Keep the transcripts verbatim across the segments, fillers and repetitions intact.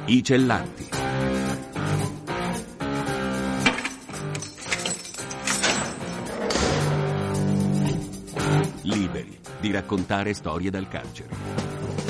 I Cellanti. Liberi di raccontare storie dal carcere.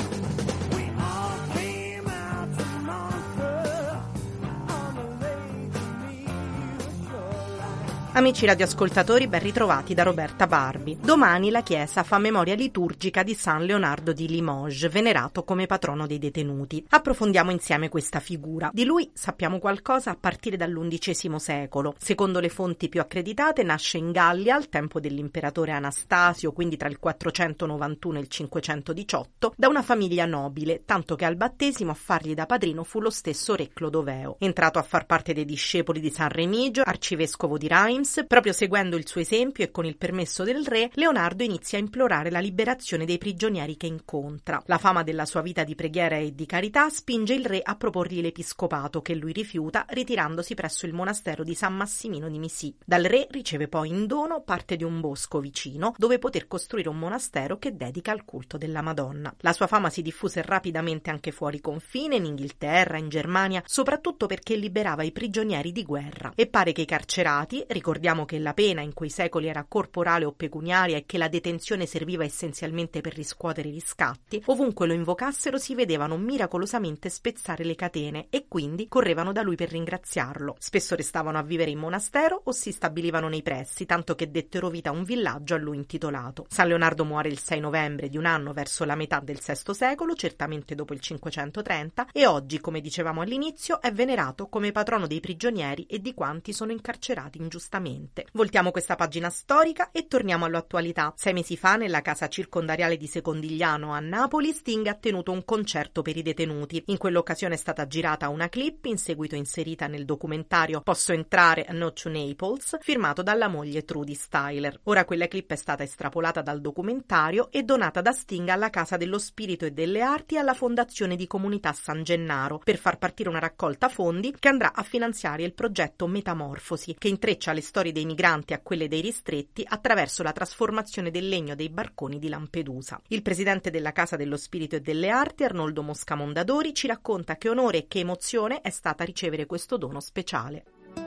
Amici radioascoltatori, ben ritrovati da Roberta Barbi. Domani la Chiesa fa memoria liturgica di San Leonardo di Limoges, venerato come patrono dei detenuti. Approfondiamo insieme questa figura. Di lui sappiamo qualcosa a partire dall'undicesimo secolo. Secondo le fonti più accreditate nasce in Gallia al tempo dell'imperatore Anastasio, quindi tra il quattrocentonovantuno e il cinquecentodiciotto, da una famiglia nobile, tanto che al battesimo a fargli da padrino fu lo stesso re Clodoveo. Entrato a far parte dei discepoli di San Remigio, arcivescovo di Reims, proprio seguendo il suo esempio e con il permesso del re, Leonardo inizia a implorare la liberazione dei prigionieri che incontra. La fama della sua vita di preghiera e di carità spinge il re a proporgli l'episcopato, che lui rifiuta, ritirandosi presso il monastero di San Massimino di Missì. Dal re riceve poi in dono parte di un bosco vicino, dove poter costruire un monastero che dedica al culto della Madonna. La sua fama si diffuse rapidamente anche fuori confine, in Inghilterra, in Germania, soprattutto perché liberava i prigionieri di guerra. E pare che i carcerati, ricordiamo che la pena in quei secoli era corporale o pecuniaria e che la detenzione serviva essenzialmente per riscuotere i riscatti, ovunque lo invocassero si vedevano miracolosamente spezzare le catene e quindi correvano da lui per ringraziarlo. Spesso restavano a vivere in monastero o si stabilivano nei pressi, tanto che dettero vita a un villaggio a lui intitolato. San Leonardo muore il sei novembre di un anno verso la metà del sesto secolo, certamente dopo il cinquecentotrenta, e oggi, come dicevamo all'inizio, è venerato come patrono dei prigionieri e di quanti sono incarcerati ingiustamente. Voltiamo questa pagina storica e torniamo all'attualità. Sei mesi fa, nella casa circondariale di Secondigliano a Napoli, Sting ha tenuto un concerto per i detenuti. In quell'occasione è stata girata una clip, in seguito inserita nel documentario Posso entrare? A Note to Naples, firmato dalla moglie Trudy Styler. Ora quella clip è stata estrapolata dal documentario e donata da Sting alla Casa dello Spirito e delle Arti e alla Fondazione di Comunità San Gennaro, per far partire una raccolta fondi che andrà a finanziare il progetto Metamorfosi, che intreccia le storie dei migranti a quelle dei ristretti attraverso la trasformazione del legno dei barconi di Lampedusa. Il presidente della Casa dello Spirito e delle Arti, Arnoldo Mosca Mondadori, ci racconta che onore e che emozione è stata ricevere questo dono speciale.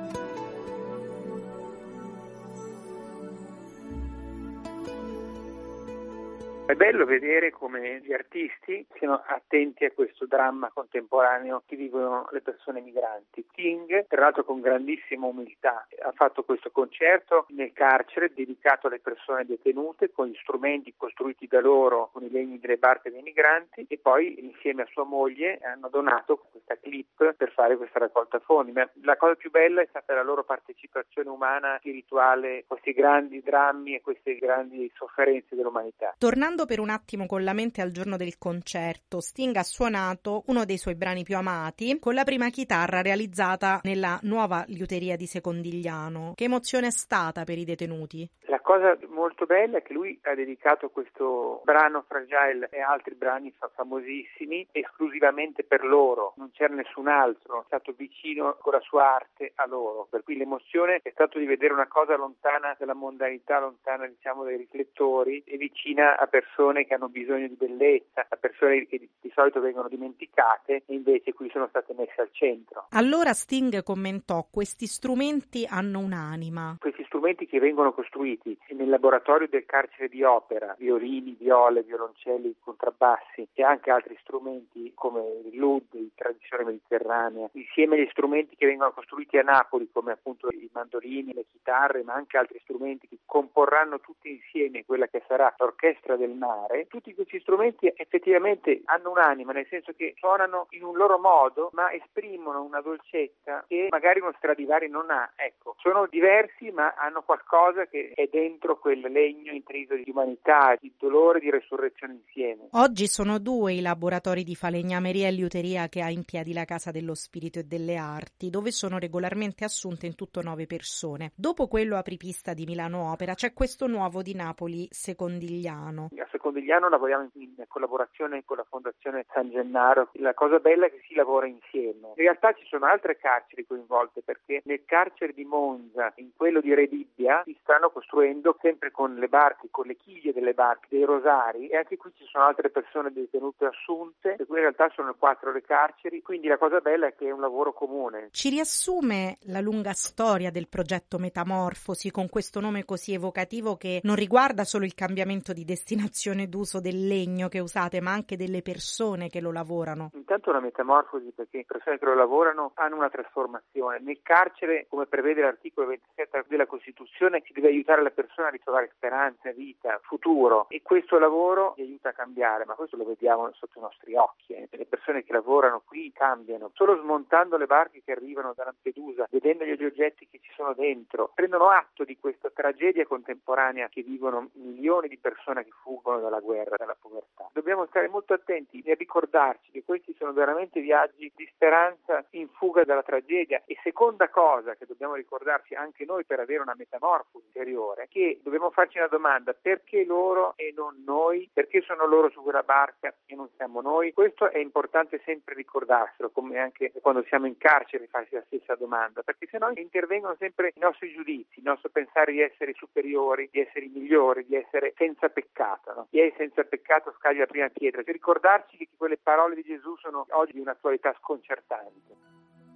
È bello vedere come gli artisti siano attenti a questo dramma contemporaneo che vivono le persone migranti. Sting, tra l'altro con grandissima umiltà, ha fatto questo concerto nel carcere dedicato alle persone detenute con gli strumenti costruiti da loro, con i legni delle barche dei migranti, e poi insieme a sua moglie hanno donato questa clip per fare questa raccolta fondi. Ma la cosa più bella è stata la loro partecipazione umana, spirituale, a questi grandi drammi e queste grandi sofferenze dell'umanità. Tornando per un attimo con la mente al giorno del concerto, Sting ha suonato uno dei suoi brani più amati con la prima chitarra realizzata nella nuova liuteria di Secondigliano. Che emozione è stata per i detenuti? La cosa molto bella è che lui ha dedicato questo brano Fragile e altri brani famosissimi esclusivamente per loro, non c'era nessun altro, è stato vicino con la sua arte a loro, per cui l'emozione è stato di vedere una cosa lontana dalla mondanità, lontana diciamo dai riflettori e vicina a persone che hanno bisogno di bellezza, a persone che di, di solito vengono dimenticate e invece qui sono state messe al centro. Allora Sting commentò: questi strumenti hanno un'anima. Questi strumenti che vengono costruiti nel laboratorio del carcere di Opera, violini, viole, violoncelli, contrabbassi e anche altri strumenti come l'oud di tradizione mediterranea, insieme agli strumenti che vengono costruiti a Napoli come appunto i mandolini, le chitarre, ma anche altri strumenti che comporranno tutti insieme quella che sarà l'orchestra del mare. Tutti questi strumenti effettivamente hanno un'anima, nel senso che suonano in un loro modo ma esprimono una dolcezza che magari uno Stradivari non ha. Ecco, sono diversi ma hanno qualcosa che è dentro quel legno intriso di umanità, di dolore, di resurrezione insieme. Oggi sono due i laboratori di falegnameria e liuteria che ha in piedi la Casa dello Spirito e delle Arti, dove sono regolarmente assunte in tutto nove persone. Dopo quello apripista di Milano Opera c'è questo nuovo di Napoli, Secondigliano. A Secondigliano lavoriamo in collaborazione con la Fondazione San Gennaro. La cosa bella è che si lavora insieme. In realtà ci sono altre carceri coinvolte, perché nel carcere di Monza, in quello di Rebibbia, si stanno costruendo sempre con le barche, con le chiglie delle barche, dei rosari, e anche qui ci sono altre persone detenute assunte, per cui in realtà sono quattro le carceri. Quindi la cosa cosa bella è che è un lavoro comune. Ci riassume la lunga storia del progetto Metamorfosi con questo nome così evocativo che non riguarda solo il cambiamento di destinazione d'uso del legno che usate, ma anche delle persone che lo lavorano? Intanto una metamorfosi perché le persone che lo lavorano hanno una trasformazione. Nel carcere, come prevede l'articolo ventisette della Costituzione, si deve aiutare la persona a ritrovare speranza, vita, futuro, e questo lavoro ti aiuta a cambiare, ma questo lo vediamo sotto i nostri occhi. Eh. Le persone che lavorano qui cambiano, solo smontando le barche che arrivano da Lampedusa, vedendo gli oggetti che ci sono dentro, prendono atto di questa tragedia contemporanea che vivono milioni di persone che fuggono dalla guerra, dalla povertà. Dobbiamo stare molto attenti e ricordarci che questi sono veramente viaggi di speranza in fuga dalla tragedia. E seconda cosa che dobbiamo ricordarci anche noi per avere una metamorfosi interiore, che dobbiamo farci una domanda: perché loro e non noi? Perché sono loro su quella barca e non siamo noi? Questo è importante sempre ricordarselo, come anche quando siamo in carcere farsi la stessa domanda, perché sennò intervengono sempre i nostri giudizi, il nostro pensare di essere superiori, di essere migliori, di essere senza peccato, no? Chi è senza peccato scagli la prima pietra. Cioè, ricordarci che quelle parole di Gesù sono oggi di un'attualità sconcertante.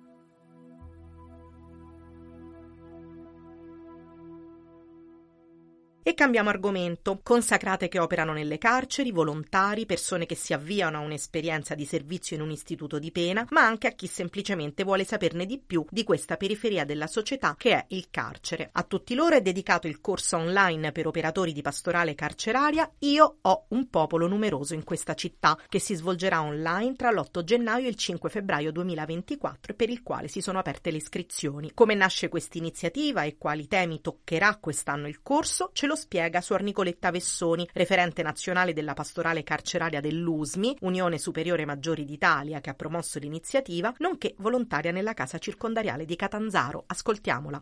E cambiamo argomento. Consacrate che operano nelle carceri, volontari, persone che si avviano a un'esperienza di servizio in un istituto di pena, ma anche a chi semplicemente vuole saperne di più di questa periferia della società che è il carcere. A tutti loro è dedicato il corso online per operatori di pastorale carceraria Io ho un popolo numeroso in questa città, che si svolgerà online tra l'otto gennaio e il cinque febbraio duemilaventiquattro e per il quale si sono aperte le iscrizioni. Come nasce questa iniziativa e quali temi toccherà quest'anno il corso ce lo spiega Suor Nicoletta Vessoni, referente nazionale della pastorale carceraria dell'U S M I, Unione Superiore Maggiori d'Italia, che ha promosso l'iniziativa, nonché volontaria nella casa circondariale di Catanzaro. Ascoltiamola.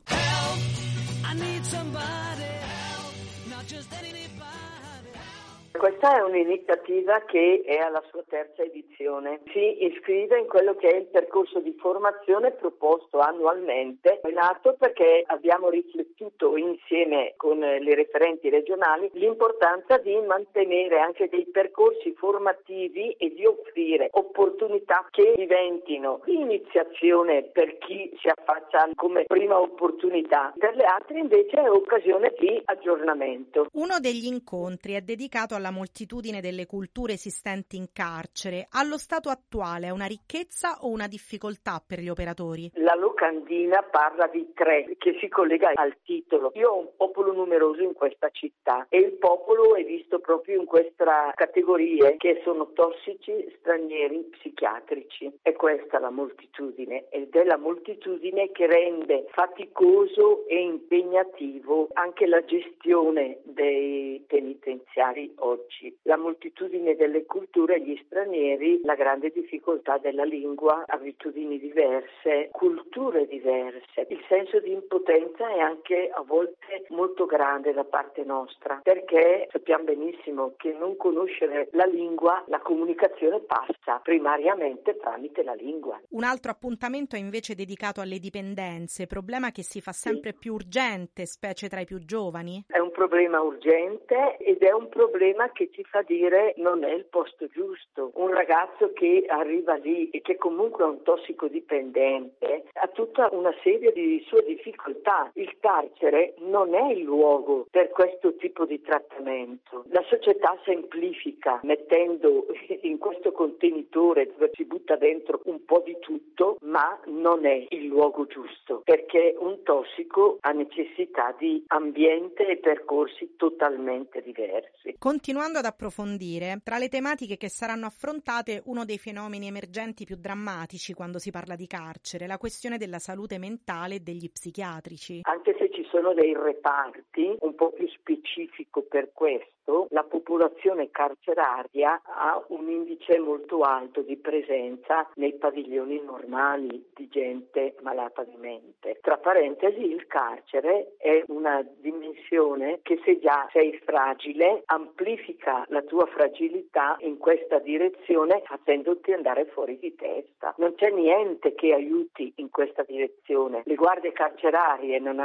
Questa è un'iniziativa che è alla sua terza edizione. Si iscrive in quello che è il percorso di formazione proposto annualmente. È nato perché abbiamo riflettuto insieme con le referenti regionali l'importanza di mantenere anche dei percorsi formativi e di offrire opportunità che diventino iniziazione per chi si affaccia come prima opportunità, per le altre invece è occasione di aggiornamento. Uno degli incontri è dedicato alla moltitudine delle culture esistenti in carcere. Allo stato attuale è una ricchezza o una difficoltà per gli operatori? La locandina parla di tre, che si collega al titolo. Io ho un popolo numeroso in questa città e il popolo è visto proprio in questa categorie che sono tossici, stranieri, psichiatrici. È questa la moltitudine ed è la moltitudine che rende faticoso e impegnativo anche la gestione dei penitenziari oggi. La moltitudine delle culture, gli stranieri, la grande difficoltà della lingua, abitudini diverse, culture diverse. Il senso di impotenza è anche a volte molto grande da parte nostra, perché sappiamo benissimo che non conoscere la lingua, la comunicazione passa primariamente tramite la lingua. Un altro appuntamento è invece dedicato alle dipendenze, problema che si fa sempre sì. più urgente, specie tra i più giovani. È un problema urgente ed è un problema che ci fa dire non è il posto giusto. Un ragazzo che arriva lì e che comunque è un tossicodipendente ha tutta una serie di sue difficoltà. Il carcere non è il luogo per questo tipo di trattamento. La società semplifica mettendo in questo contenitore dove si butta dentro un po' di tutto, ma non è il luogo giusto, perché un tossico ha necessità di ambiente e percorsi totalmente diversi. Continuando ad approfondire, tra le tematiche che saranno affrontate, uno dei fenomeni emergenti più drammatici quando si parla di carcere, la questione della salute mentale e degli psichiatrici. Anche se ci sono dei reparti un po' più specifico per questo, la popolazione carceraria ha un indice molto alto di presenza nei padiglioni normali di gente malata di mente. Tra parentesi, il carcere è una dimensione che se già sei fragile amplifica la tua fragilità in questa direzione facendoti andare fuori di testa. Non c'è niente che aiuti in questa direzione. Le guardie carcerarie non hanno nessun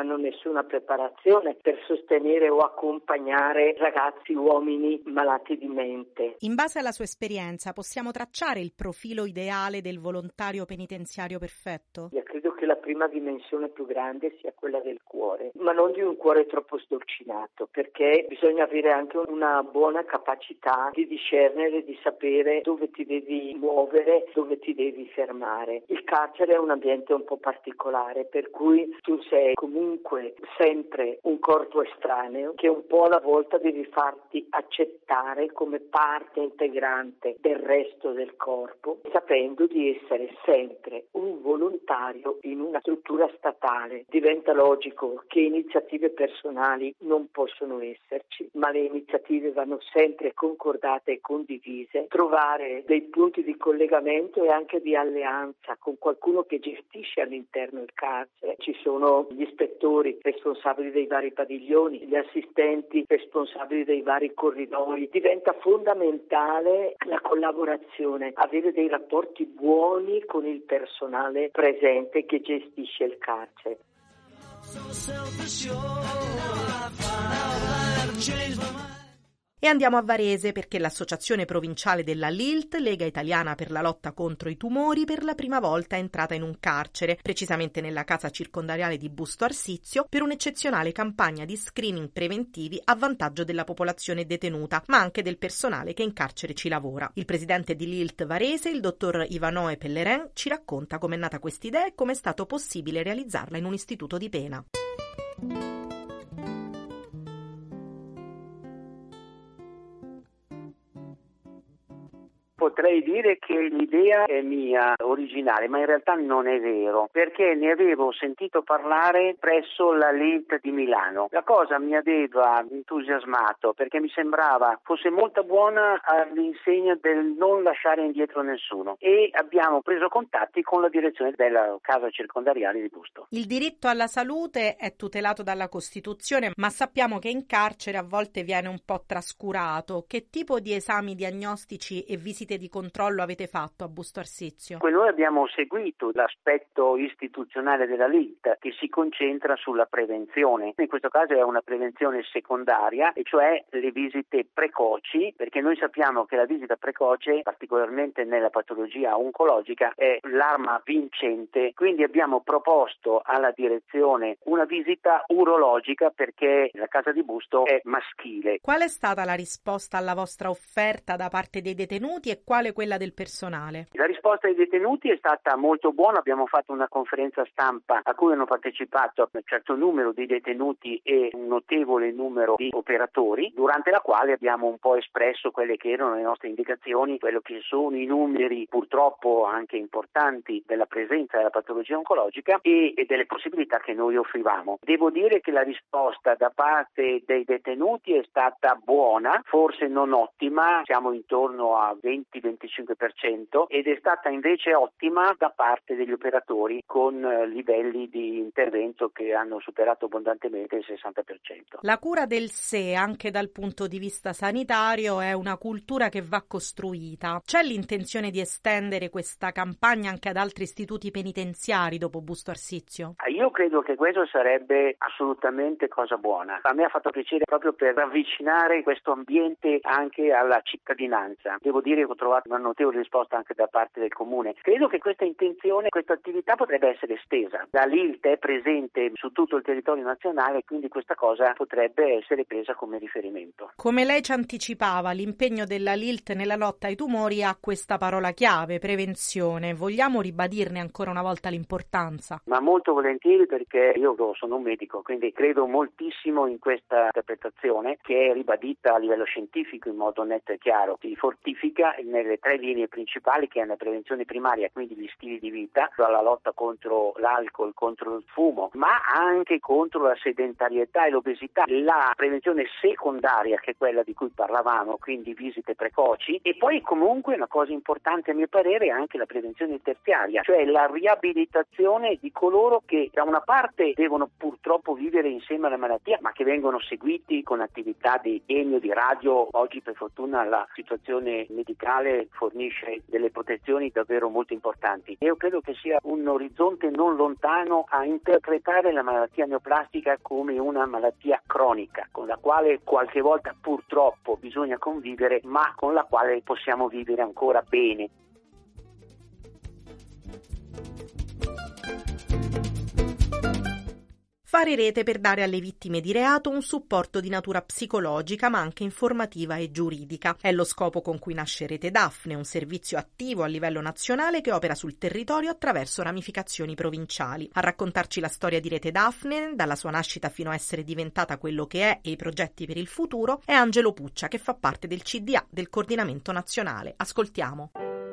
fosse una preparazione per sostenere o accompagnare ragazzi uomini malati di mente. In base alla sua esperienza, possiamo tracciare il profilo ideale del volontario penitenziario perfetto? Io credo che la prima dimensione più grande sia quella del cuore, ma non di un cuore troppo sdolcinato, perché bisogna avere anche una buona capacità di discernere, di sapere dove ti devi muovere, dove ti devi fermare. Il carcere è un ambiente un po' particolare, per cui tu sei comunque sempre un corpo estraneo che un po' alla volta devi farti accettare come parte integrante del resto del corpo, sapendo di essere sempre un volontario in una struttura statale. Diventa logico che iniziative personali non possono esserci, ma le iniziative vanno sempre concordate e condivise, trovare dei punti di collegamento e anche di alleanza con qualcuno che gestisce all'interno il carcere. Ci sono gli ispettori responsabili dei vari padiglioni, gli assistenti responsabili dei vari corridoi. Diventa fondamentale la collaborazione, avere dei rapporti buoni con il personale presente che gestisce il carcere. E andiamo a Varese perché l'Associazione Provinciale della L I L T, Lega Italiana per la Lotta contro i Tumori, per la prima volta è entrata in un carcere, precisamente nella casa circondariale di Busto Arsizio, per un'eccezionale campagna di screening preventivi a vantaggio della popolazione detenuta, ma anche del personale che in carcere ci lavora. Il presidente di L I L T Varese, il dottor Ivanoe Pellerin, ci racconta com'è nata quest'idea e come è stato possibile realizzarla in un istituto di pena. Potrei dire che l'idea è mia, originale, ma in realtà non è vero, perché ne avevo sentito parlare presso la L I L T di Milano. La cosa mi aveva entusiasmato perché mi sembrava fosse molto buona all'insegna del non lasciare indietro nessuno, e abbiamo preso contatti con la direzione della casa circondariale di Busto. Il diritto alla salute è tutelato dalla Costituzione, ma sappiamo che in carcere a volte viene un po' trascurato. Che tipo di esami diagnostici e visite di controllo avete fatto a Busto Arsizio? Noi abbiamo seguito l'aspetto istituzionale della L I L T che si concentra sulla prevenzione. In questo caso è una prevenzione secondaria, e cioè le visite precoci, perché noi sappiamo che la visita precoce, particolarmente nella patologia oncologica, è l'arma vincente. Quindi abbiamo proposto alla direzione una visita urologica perché la casa di Busto è maschile. Qual è stata la risposta alla vostra offerta da parte dei detenuti e quale quella del personale? La risposta dei detenuti è stata molto buona. Abbiamo fatto una conferenza stampa a cui hanno partecipato un certo numero di detenuti e un notevole numero di operatori, durante la quale abbiamo un po' espresso quelle che erano le nostre indicazioni, quello che sono i numeri purtroppo anche importanti della presenza della patologia oncologica e, e delle possibilità che noi offrivamo. Devo dire che la risposta da parte dei detenuti è stata buona, forse non ottima, siamo intorno a venti venticinque per cento, ed è stata invece ottima da parte degli operatori con livelli di intervento che hanno superato abbondantemente il sessanta per cento. La cura del sé, anche dal punto di vista sanitario, è una cultura che va costruita. C'è l'intenzione di estendere questa campagna anche ad altri istituti penitenziari dopo Busto Arsizio? Io credo che questo sarebbe assolutamente cosa buona. A me ha fatto piacere proprio per avvicinare questo ambiente anche alla cittadinanza. Devo dire che ho trovato una notevole risposta anche da parte del comune. Credo che questa intenzione, questa attività potrebbe essere estesa. La L I L T è presente su tutto il territorio nazionale, quindi questa cosa potrebbe essere presa come riferimento. Come lei ci anticipava, l'impegno della L I L T nella lotta ai tumori ha questa parola chiave, prevenzione. Vogliamo ribadirne ancora una volta l'importanza? Ma molto volentieri, perché io sono un medico, quindi credo moltissimo in questa interpretazione che è ribadita a livello scientifico in modo netto e chiaro. Si fortifica nelle tre linee principali, che è la prevenzione primaria, quindi gli stili di vita, la lotta contro l'alcol, contro il fumo, ma anche contro la sedentarietà e l'obesità, la prevenzione secondaria, che è quella di cui parlavamo, quindi visite precoci, e poi comunque una cosa importante a mio parere è anche la prevenzione terziaria, cioè la riabilitazione di coloro che da una parte devono purtroppo vivere insieme alla malattia, ma che vengono seguiti con attività di chemio, di radio. Oggi per fortuna la situazione medicale quale fornisce delle protezioni davvero molto importanti. Io credo che sia un orizzonte non lontano a interpretare la malattia neoplastica come una malattia cronica, con la quale qualche volta purtroppo bisogna convivere, ma con la quale possiamo vivere ancora bene. Fare rete per dare alle vittime di reato un supporto di natura psicologica ma anche informativa e giuridica. È lo scopo con cui nasce Rete Daphne, un servizio attivo a livello nazionale che opera sul territorio attraverso ramificazioni provinciali. A raccontarci la storia di Rete Daphne, dalla sua nascita fino a essere diventata quello che è e i progetti per il futuro, è Angelo Puccia, che fa parte del C D A, del coordinamento nazionale. Ascoltiamo.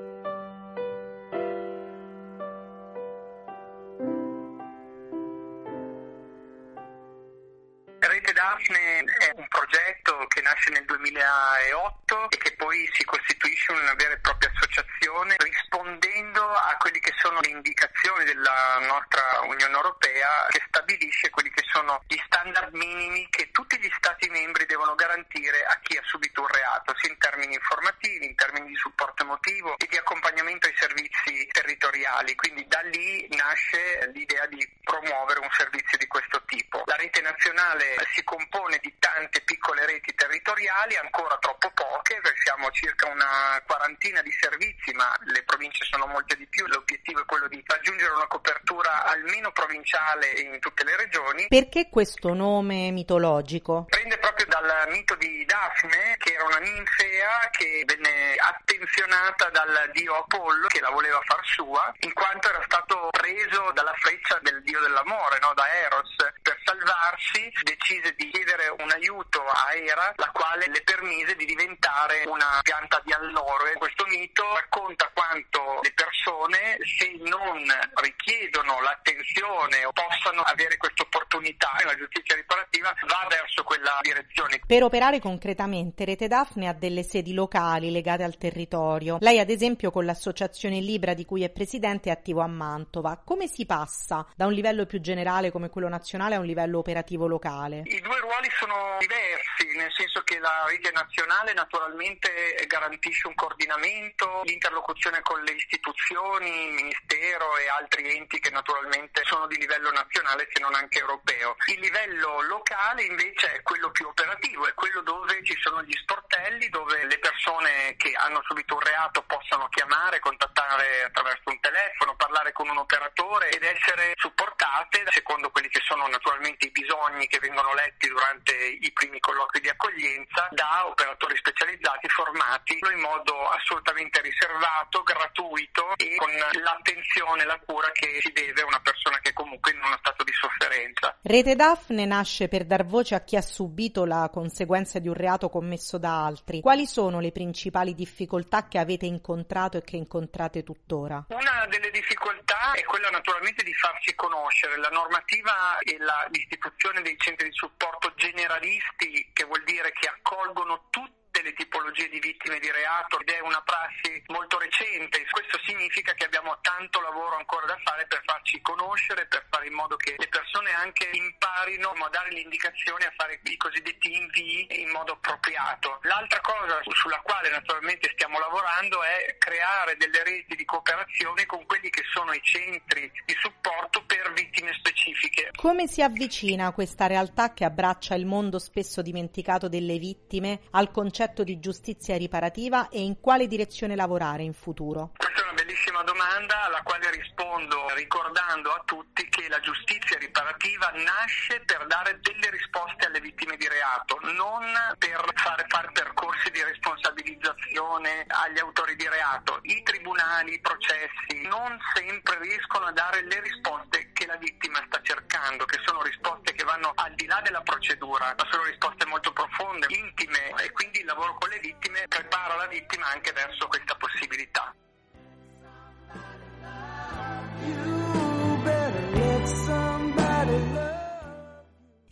Rete Daphne è un progetto che nasce nel duemilaotto e che poi si costituisce una vera e propria associazione rispondendo a quelli che sono le indicazioni della nostra Unione Europea, che stabilisce quelli che sono gli standard minimi che tutti gli Stati membri devono garantire a chi ha subito un reato, sia in termini informativi, in termini di supporto emotivo e di accompagnamento ai servizi territoriali. Quindi da lì nasce l'idea di promuovere un servizio di questo tipo. La rete nazionale si compone di tante piccole reti territoriali, ancora troppo poche, siamo circa una quarantina di servizi, ma le province sono molte di più. L'obiettivo è quello di raggiungere una copertura almeno provinciale in tutte le regioni. Perché questo nome mitologico? Prende proprio dal mito di Daphne, che era una ninfea che venne attenzionata dal dio Apollo, che la voleva far sua, in quanto era stato preso dalla freccia del dio dell'amore, no? Da Eros. Per salvarsi decise di chiedere un aiuto a Hera, la quale le permise di diventare una pianta di alloro. Questo mito racconta quanto le persone, se non richiedono l'attenzione o possano avere questa opportunità, la giustizia riparativa va verso quella direzione. Per operare concretamente, Rete Daphne ha delle sedi locali legate al territorio. Lei, ad esempio, con l'associazione Libra di cui è presidente, è attivo a Mantova. Come si passa da un livello più generale come quello nazionale a un livello operativo locale? I due ruoli sono diversi, nel senso che la rete nazionale naturalmente garantisce un coordinamento, l'interlocuzione con le istituzioni, il Ministero e altri enti che naturalmente sono di livello nazionale se non anche europeo. Il livello locale invece è quello più operativo, è quello dove ci sono gli sportelli, dove le persone che hanno subito un reato possono chiamare, contattare attraverso un telefono, parlare con un operatore ed essere supportate secondo quelli che sono naturalmente i bisogni che vengono letti durante i primi colloqui di accoglienza da operatori specializzati formati in modo assolutamente riservato, gratuito e con l'attenzione e la cura che si deve a una persona che comunque è in uno stato di sofferenza. Rete Daphne nasce per dar voce a chi ha subito la conseguenza di un reato commesso da altri. Quali sono le principali difficoltà che avete incontrato e che incontrate tuttora? Una delle difficoltà è quella naturalmente di farsi conoscere. La normativa e la, l'istituzione dei centri di supporto generalisti, che vuol dire che accolgono tutti le tipologie di vittime di reato, ed è una prassi molto recente. Questo significa che abbiamo tanto lavoro ancora da fare per farci conoscere, per fare in modo che le persone anche imparino a dare le indicazioni, a fare i cosiddetti invii in modo appropriato. L'altra cosa sulla quale naturalmente stiamo lavorando è creare delle reti di cooperazione con quelli che sono i centri di supporto per vittime specifiche. Come si avvicina questa realtà che abbraccia il mondo spesso dimenticato delle vittime al concetto di giustizia riparativa e in quale direzione lavorare in futuro? Questa è una bellissima domanda alla quale rispondo ricordando a tutti che la giustizia riparativa nasce per dare delle risposte alle vittime di reato, non per fare, fare percorsi di responsabilizzazione agli autori di reato. I tribunali, i processi non sempre riescono a dare le risposte che la vittima sta cercando, che sono risposte che vanno al di là della procedura, ma sono risposte molto profonde, intime, e quindi il lavoro con le vittime prepara la vittima anche verso questa possibilità.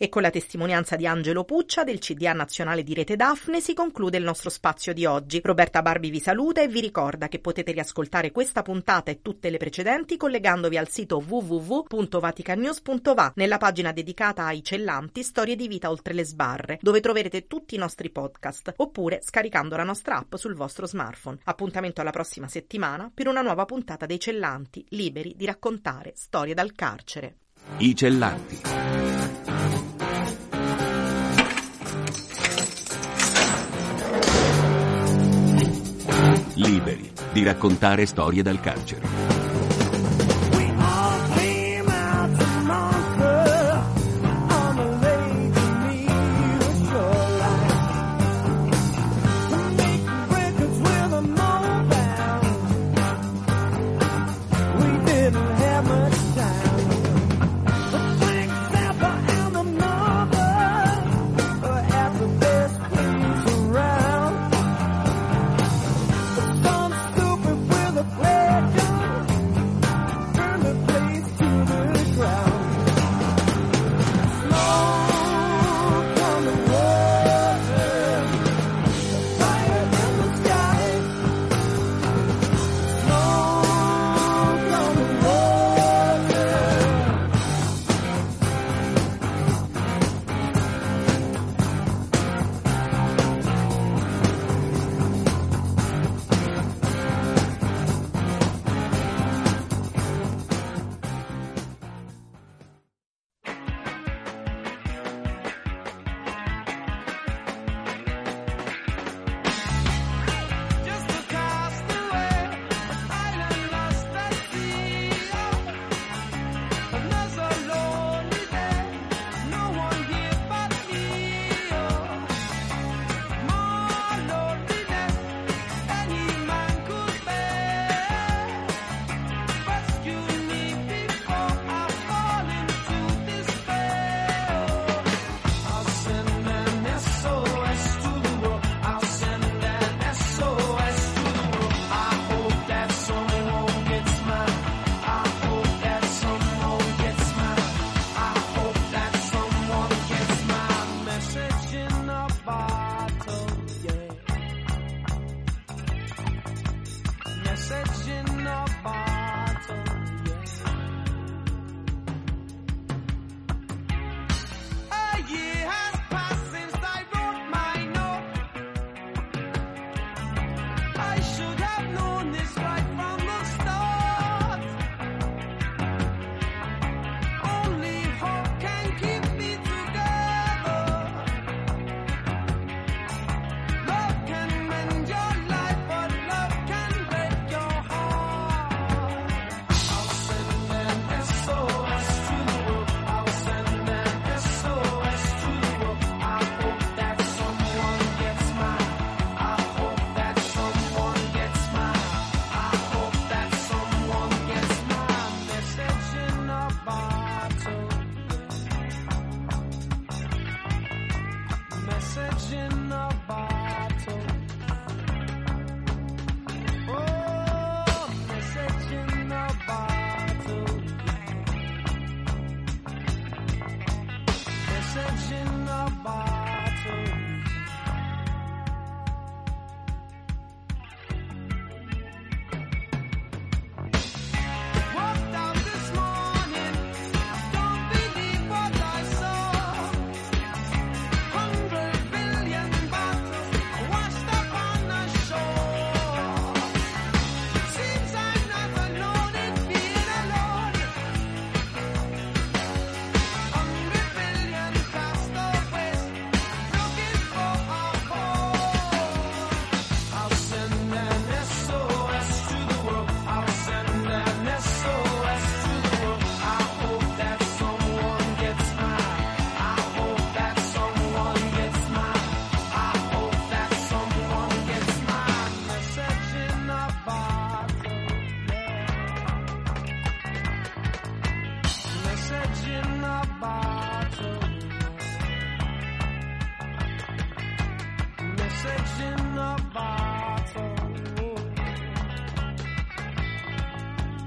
E con la testimonianza di Angelo Puccia del C D A nazionale di Rete Daphne si conclude il nostro spazio di oggi. Roberta Barbi vi saluta e vi ricorda che potete riascoltare questa puntata e tutte le precedenti collegandovi al sito w w w punto vatican news punto v a nella pagina dedicata ai cellanti Storie di vita oltre le sbarre, dove troverete tutti i nostri podcast, oppure scaricando la nostra app sul vostro smartphone. Appuntamento alla prossima settimana per una nuova puntata dei Cellanti, liberi di raccontare storie dal carcere. I Cellanti. Liberi di raccontare storie dal carcere.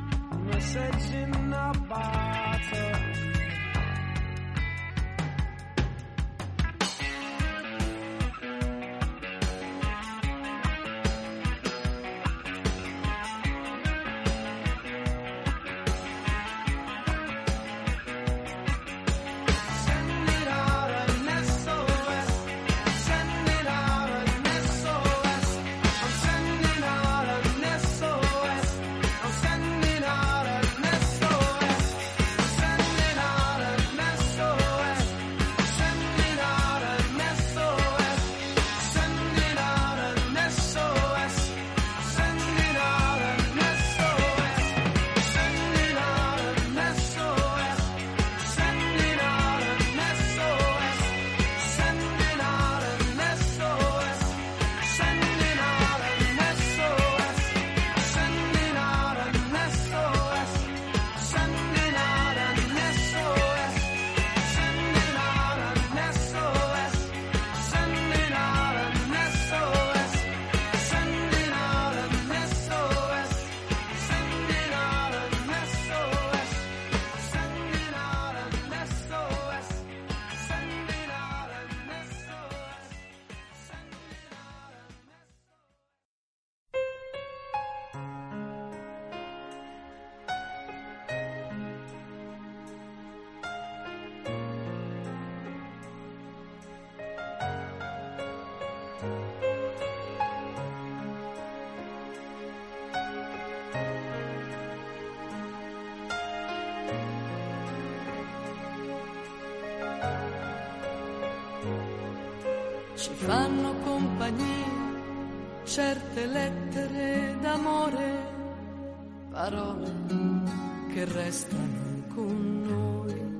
Message in a bottle. ci fanno compagnia certe lettere d'amore, parole che restano con noi.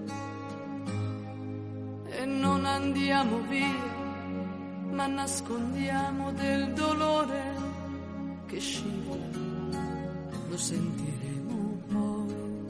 E non andiamo via, ma nascondiamo del dolore che scivola, lo sentiremo poi.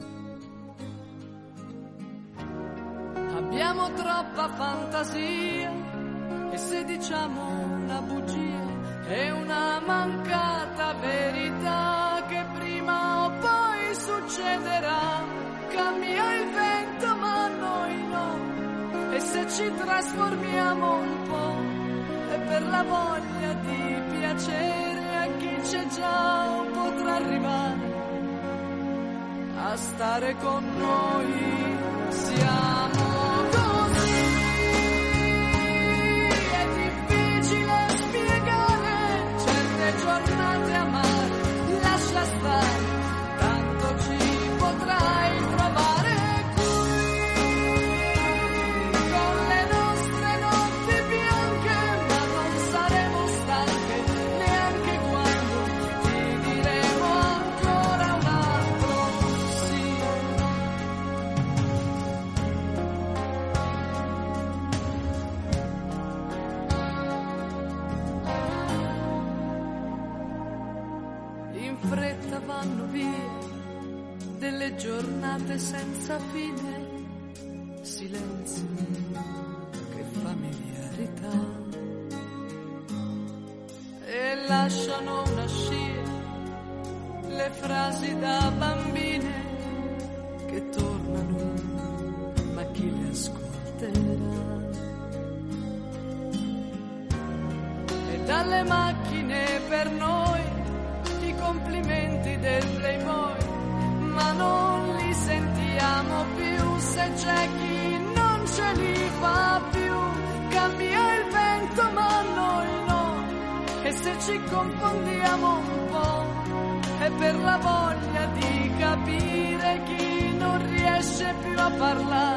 Abbiamo troppa fantasia e se diciamo una bugia è una mancata verità che prima o poi succederà. Cambia il vento ma noi no, e se ci trasformiamo un po' è per la voglia di piacere a chi c'è già o potrà arrivare a stare con noi. Siamo così, è difficile spiegare certe giornate amare, lascia stare, tanto ci potrai trovare qui, con le nostre notti bianche, ma non saremo stanche neanche quando ti diremo ancora un altro sì. In fretta vanno via delle giornate senza fine, silenzio che familiarità, e lasciano una scia le frasi da bambine che tornano, ma chi le ascolterà? E dalle macchine per noi i complimenti del Playboy, ma non li sentiamo più se c'è chi non ce li fa più. Cambia il vento ma noi no, e se ci confondiamo un po' è per la voglia di capire chi non riesce più a parlare